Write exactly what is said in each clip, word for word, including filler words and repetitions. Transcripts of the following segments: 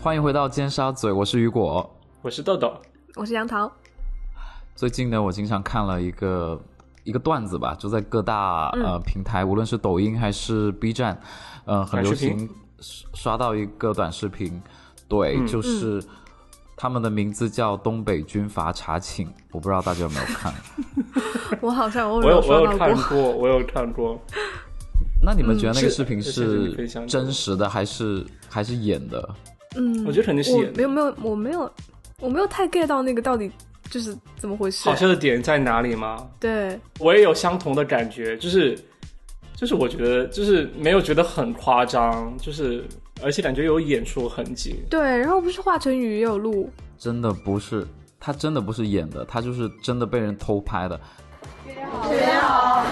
欢迎回到尖沙咀，我是雨果， 我是豆豆， 我是杨桃。 最近呢，我经常看了一个一个段子吧，就在各大、嗯、呃平台，无论是抖音还是 B 站，呃，很流行刷到一个短视频，对，嗯、就是他们的名字叫东北军阀查寝，我不知道大家有没有看。 我好像我有我有看过，我有看过。 那你们觉得那个视频是真实的还是还是演的？ 嗯， 我觉得肯定是演的。 没有没有，我没有我没有太 get 到那个到底就是怎么回事。 好笑的点在哪里吗？ 对， 我也有相同的感觉，就是就是我觉得就是没有觉得很夸张，就是而且感觉有演出痕迹。 对，然后不是华晨宇也有录， 真的不是，他真的不是演的，他就是真的被人偷拍的。 学姐好，学姐好。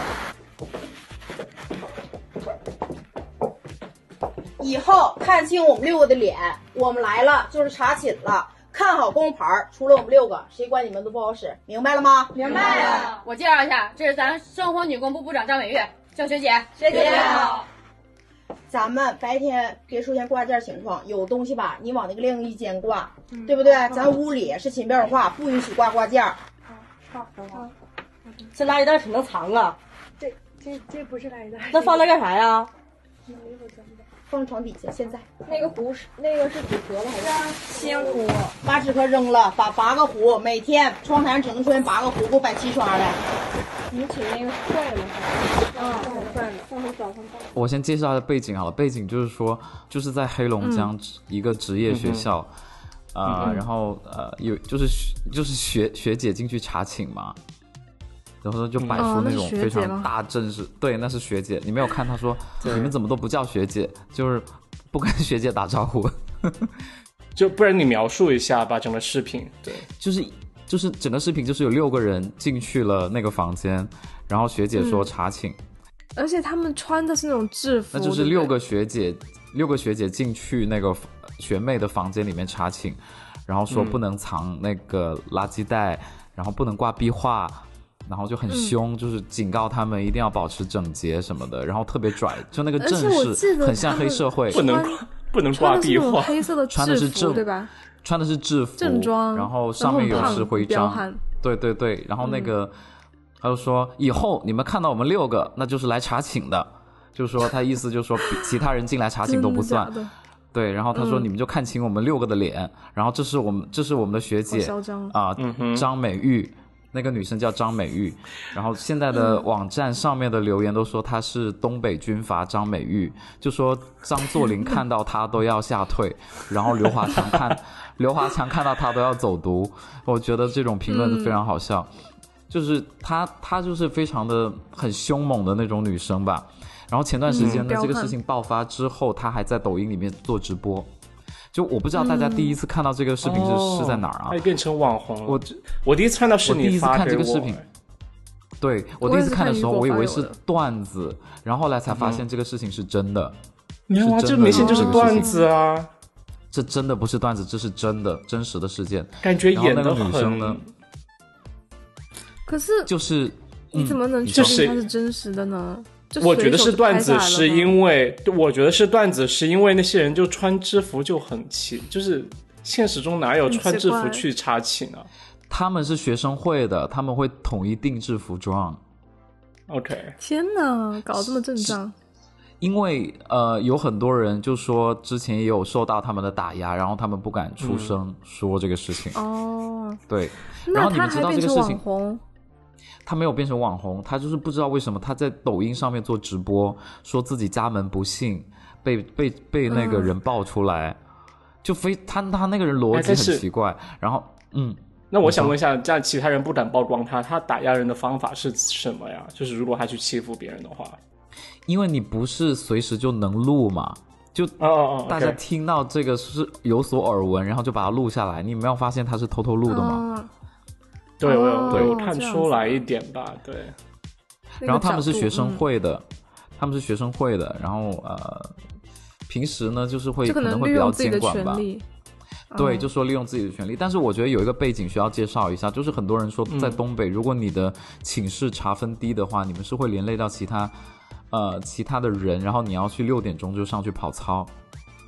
以后看清我们六个的脸，我们来了就是查寝了。看好工牌，除了我们六个，谁管你们都不好使，明白了吗？ 明白了。我介绍一下，这是咱生活女工部部长张美玉，叫学姐。 学姐好。咱们白天别出现挂件情况，有东西吧，你往那个晾衣间挂，嗯、对不对？咱屋里是寝变化，不允许挂挂件。 好，好，好。这垃圾袋挺能藏啊。 这这这不是垃圾袋。 那放那干啥呀？ 没有真的。 放床底下。现在那个壶是那个是纸壳的还是鲜壶？把纸壳扔了，把八个壶，每天窗台上只能出现八个壶，给我摆齐刷来。 你请那个坏了啊，坏了，到时候早上到。 我先介绍一下背景好了，背景就是说，就是在黑龙江一个职业学校，啊、嗯呃，然后呃有就是就是学学姐进去查寝嘛。然后就摆出那种非常大阵势、哦、对，那是学姐。你没有看他说你们怎么都不叫学姐，就是不跟学姐打招呼。 就不然你描述一下吧整个视频。对， 就是就是整个视频就是有六个人进去了那个房间，然后学姐说查寝、嗯、 而且他们穿的是那种制服， 那就是六个学姐六个学姐进去那个学妹的房间里面查寝，然后说不能藏那个垃圾袋、嗯、然后不能挂壁画，然后就很凶、嗯、就是警告他们一定要保持整洁什么的，然后特别拽，就那个阵势很像黑社会， 不能不能挂壁画， 黑色的制服， 穿的是制对吧？ 穿的是制服正装， 然后上面有是徽章，对对对，然后那个、嗯、他就说以后你们看到我们六个那就是来查寝的，就是说他意思就是说其他人进来查寝都不算对，然后他说、嗯、你们就看清我们六个的脸，然后这是我们这是我们的学姐啊、呃，张美玉，那个女生叫张美玉，然后现在的网站上面的留言都说她是东北军阀张美玉，就说张作霖看到她都要吓退，然后刘华强看刘华强看到她都要走读，我觉得这种评论非常好笑、嗯、就是她她就是非常的很凶猛的那种女生吧。然后前段时间呢、嗯、这个事情爆发之后，她还在抖音里面做直播，就我不知道大家第一次看到这个视频是、嗯、是在哪儿啊？ 它变成网红了。我我第一次看到是你发给我。我第一次看这个视频， 对，我第一次看的时候，我以为是段子，然后后来才发现这个事情是真的。 你看、啊，这明显就是段子啊！ 这真的不是段子，这是真的真实的事件。 感觉演的很。然后那个女生呢？ 可是就是、 嗯、你怎么能确定它是真实的呢？ 我觉得是段子，是因为我觉得是段子，是因为那些人就穿制服就很奇，就是现实中哪有穿制服去查寝啊？ 他们是学生会的，他们会统一定制服装。 OK， 天哪，搞这么阵仗！ 因为呃，有很多人就说之前也有受到他们的打压，然后他们不敢出声说这个事情。 哦、嗯， 对。然后你们知道这个事情？ 他没有变成网红，他就是不知道为什么他在抖音上面做直播，说自己家门不幸，被被被那个人爆出来，嗯、就非他他那个人逻辑很奇怪。然后嗯， 那我想问一下，这样其他人不敢曝光他，他打压人的方法是什么呀？就是如果他去欺负别人的话， 因为你不是随时就能录嘛，就大家听到这个是有所耳闻，然后就把它录下来。你没有发现他是偷偷录的吗？ 嗯对，我有对我看出来一点吧，对。 然后他们是学生会的，嗯、他们是学生会的，然后呃，平时呢就是会可能会比较监管吧。对， 嗯、 就说利用自己的权利。但是我觉得有一个背景需要介绍一下，就是很多人说在东北，嗯、如果你的寝室查分低的话，你们是会连累到其他呃其他的人，然后你要去六点钟就上去跑操。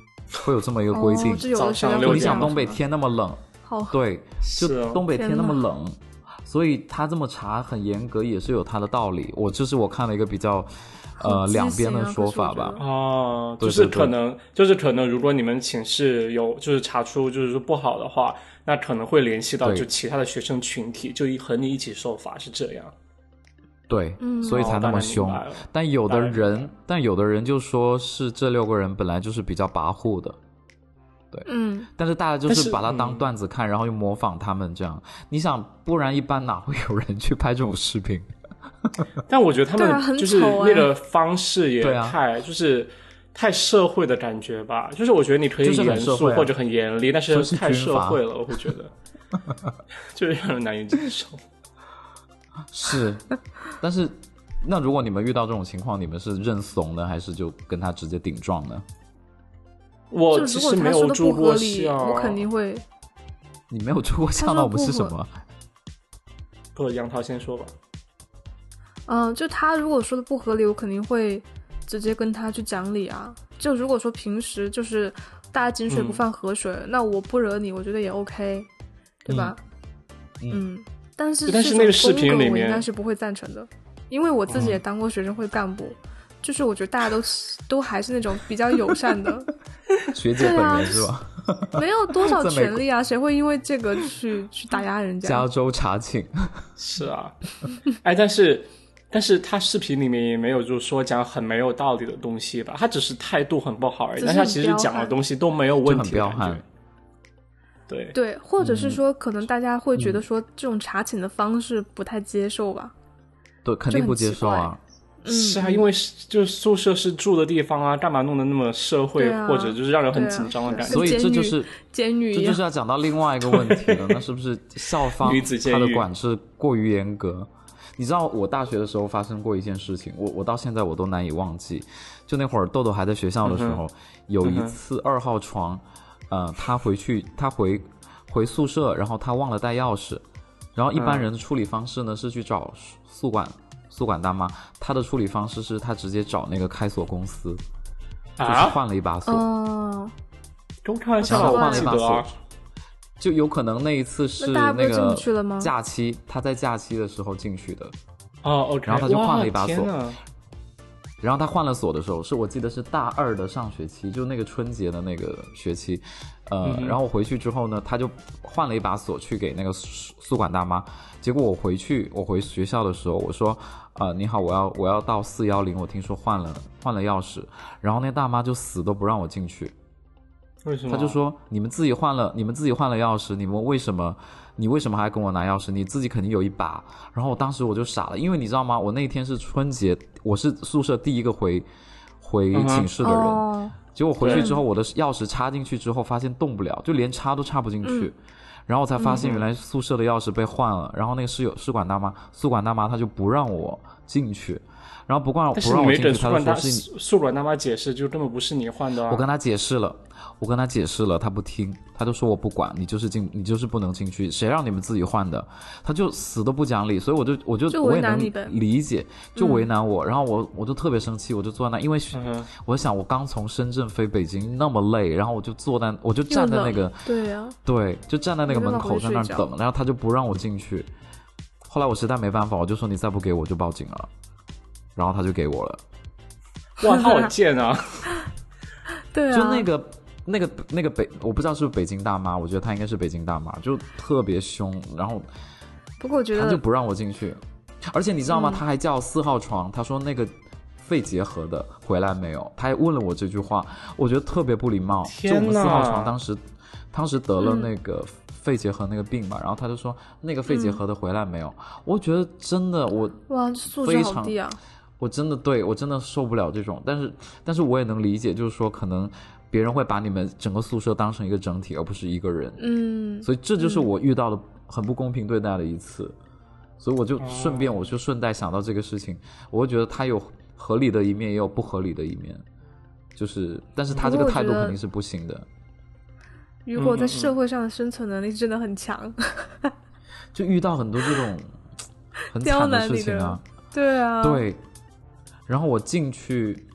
会有这么一个规定。 哦、 早上六点， 你想东北天那么冷，对，就东北天那么冷，所以他这么查很严格也是有他的道理。我这是我看了一个比较呃两边的说法吧。 哦，就是可能对对对就是可能如果你们寝室有就是查出就是说不好的话，那可能会联系到就其他的学生群体，就和你一起受罚，是这样。 对、嗯、所以才那么凶、哦、但有的人但有的人就说是这六个人本来就是比较跋扈的，对， 嗯， 但是大家就是把它当段子看、嗯、然后又模仿他们这样，你想不然一般哪会有人去拍这种视频但我觉得他们就是那个方式也太、啊、就是太社会的感觉吧，就是我觉得你可以严肃或者很严厉、啊、但是太社会了，我会觉得就是让人难以接受是，但是那如果你们遇到这种情况，你们是认怂呢，还是就跟他直接顶撞呢？ 我其实没有住过校， 我肯定会。 你没有住过校，那我们是什么？ 不，杨桃先说吧。 嗯、呃，就他如果说的不合理，我肯定会直接跟他去讲理啊。就如果说平时就是大家井水不犯河水、嗯，那我不惹你，我觉得也 OK， 对吧？ 嗯。 嗯嗯但是但是那个视频里面我应该是不会赞成的，因为我自己也当过学生会干部、嗯、就是我觉得大家都都还是那种比较友善的学姐本人是吧、 啊、没有多少权利啊，谁会因为这个去去打压人家？ 加州查寝是啊哎，但是但是他视频里面也没有就是说讲很没有道理的东西吧，他只是态度很不好而已，但他其实讲的东西都没有问题的感觉。对对，或者是说、嗯、可能大家会觉得说这种查寝的方式不太接受吧。 对，肯定不接受啊。 是啊，因为就是宿舍是住的地方啊，干嘛弄得那么社会、啊、或者就是让人很紧张的感觉、 啊、所以这就是监狱， 这就是要讲到另外一个问题了那是不是校方他的管制过于严格？你知道我大学的时候发生过一件事情，我我到现在我都难以忘记。就那会儿豆豆还在学校的时候、嗯、有一次二号床呃，他回去，他回回宿舍，然后他忘了带钥匙，然后一般人的处理方式呢、嗯、是去找宿管宿管大妈，他的处理方式是他直接找那个开锁公司，啊、就是换了一把锁。 哦， 跟开玩笑， 然后换了一把锁，就有可能那一次是那个假期，他在假期的时候进去的。 哦 ，OK， 然后他就换了一把锁。然后他换了锁的时候，是我记得是大二的上学期，就那个春节的那个学期，呃，嗯、然后我回去之后呢，他就换了一把锁去给那个宿管大妈。结果我回去，我回学校的时候，我说，呃，你好，我要我要到四一零，我听说换了换了钥匙，然后那大妈就死都不让我进去。 为什么？ 他就说你们自己换了，你们自己换了钥匙，你们为什么？你为什么还跟我拿钥匙？你自己肯定有一把。然后我当时我就傻了，因为你知道吗？我那天是春节，我是宿舍第一个回回寝室的人。 嗯、 结果回去之后，我的钥匙插进去之后，发现动不了，就连插都插不进去。嗯、然后我才发现原来宿舍的钥匙被换了。嗯、然后那个室友宿管大妈，宿管大妈她就不让我进去。然后不让不让我进去，他就说是你宿管大妈解释，就根本不是你换的、啊。 我跟他解释了，我跟他解释了，他不听，他就说我不管，你就是进，你就是不能进去，谁让你们自己换的？他就死都不讲理，所以我就我就, 就我也能理解，就为难我，嗯、然后我我就特别生气，我就坐在那，因为、嗯、我想我刚从深圳飞北京那么累，然后我就坐在，我就站在那个， 对啊， 对，就站在那个门口在那儿等，然后他就不让我进去，后来我实在没办法，我就说你再不给我就报警了。然后他就给我了， 哇，他好贱啊！ 对啊， 就那个那个那个北，我不知道是不是北京大妈，我觉得她应该是北京大妈，就特别凶。然后， 不过我觉得他就不让我进去，而且你知道吗？ 嗯、 他还叫四号床，他说那个肺结核的回来没有？他还问了我这句话，我觉得特别不礼貌。就我们四号床当时当时得了那个。嗯肺结核那个病嘛，然后他就说那个肺结核的回来没有？嗯、我觉得真的我哇素质好低啊！ 我真的对我真的受不了这种，但是但是我也能理解，就是说可能别人会把你们整个宿舍当成一个整体，而不是一个人。 嗯， 所以这就是我遇到的很不公平对待的一次。嗯、所以我就顺便我就顺带想到这个事情，我会觉得他有合理的一面，也有不合理的一面，就是但是他这个态度肯定是不行的。 如果在社会上的生存能力真的很强， 嗯、就遇到很多这种很惨的事情啊， 对啊， 对。然后我进去，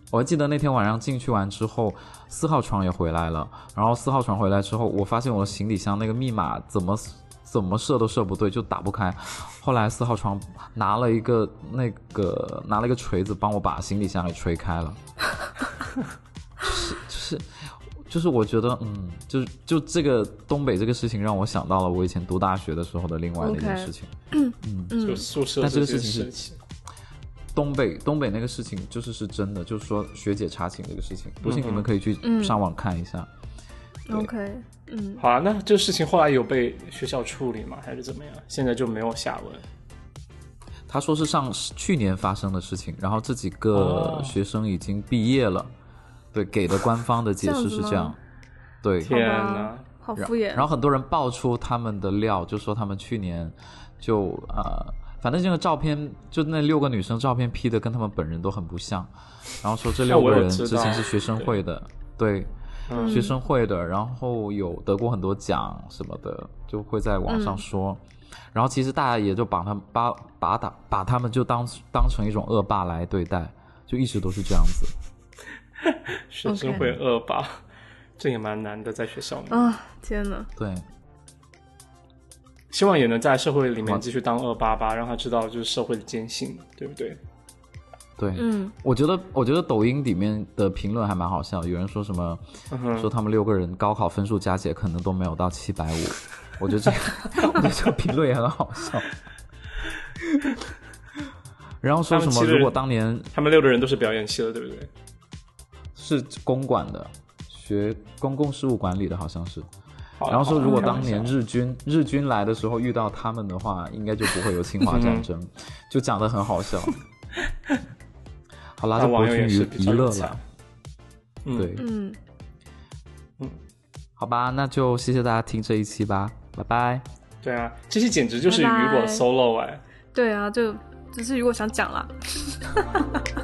我还记得那天晚上进去完之后，四号床也回来了，然后四号床回来之后，我发现我的行李箱那个密码怎么怎么设都设不对，就打不开。后来四号床拿了一个那个拿了一个锤子帮我把行李箱给锤开了。就是就是就是我觉得嗯，就就这个东北这个事情让我想到了我以前读大学的时候的另外的一件事情。 嗯嗯，就宿舍但这个事情是东北东北那个事情就是是真的，就是说学姐查寝这个事情，不信你们可以去上网看一下。 嗯、OK， 嗯， 好啊，那这个事情后来有被学校处理吗？还是怎么样？现在就没有下文。 他说是上去年发生的事情，然后这几个学生已经毕业了。哦、对，给的官方的解释是这样。对， 天哪， 好敷衍。 然后很多人爆出他们的料，就说他们去年就呃，反正这个照片，就那六个女生照片 P 的跟他们本人都很不像，然后说这六个人之前是学生会的，对。嗯、学生会的，然后有得过很多奖什么的，就会在网上说。嗯、然后其实大家也就把他们把把打把他们就当当成一种恶霸来对待，就一直都是这样子。 学生会恶霸， okay. 这也蛮难的，在学校里面啊！天哪， 对。 希望也能在社会里面继续当恶霸吧，让他知道就是社会的艰辛，对不对？ 对，嗯，我觉得我觉得抖音里面的评论还蛮好笑，有人说什么、嗯、说他们六个人高考分数加起来可能都没有到七百五，我觉得这个我觉得这个评论也很好笑。然后说什么如果当年他们六个人都是表演系的，对不对？ 是公管的，学公共事务管理的好像是。然后说如果当年日军日军来的时候遇到他们的话，应该就不会有侵华战争，就讲得很好笑。好啦，就博君娱乐了。 嗯、 对， 嗯嗯， 好吧，那就谢谢大家听这一期吧，拜拜。 对啊，这期简直就是雨果 solo 哎。 对啊，就只是雨果想讲啦。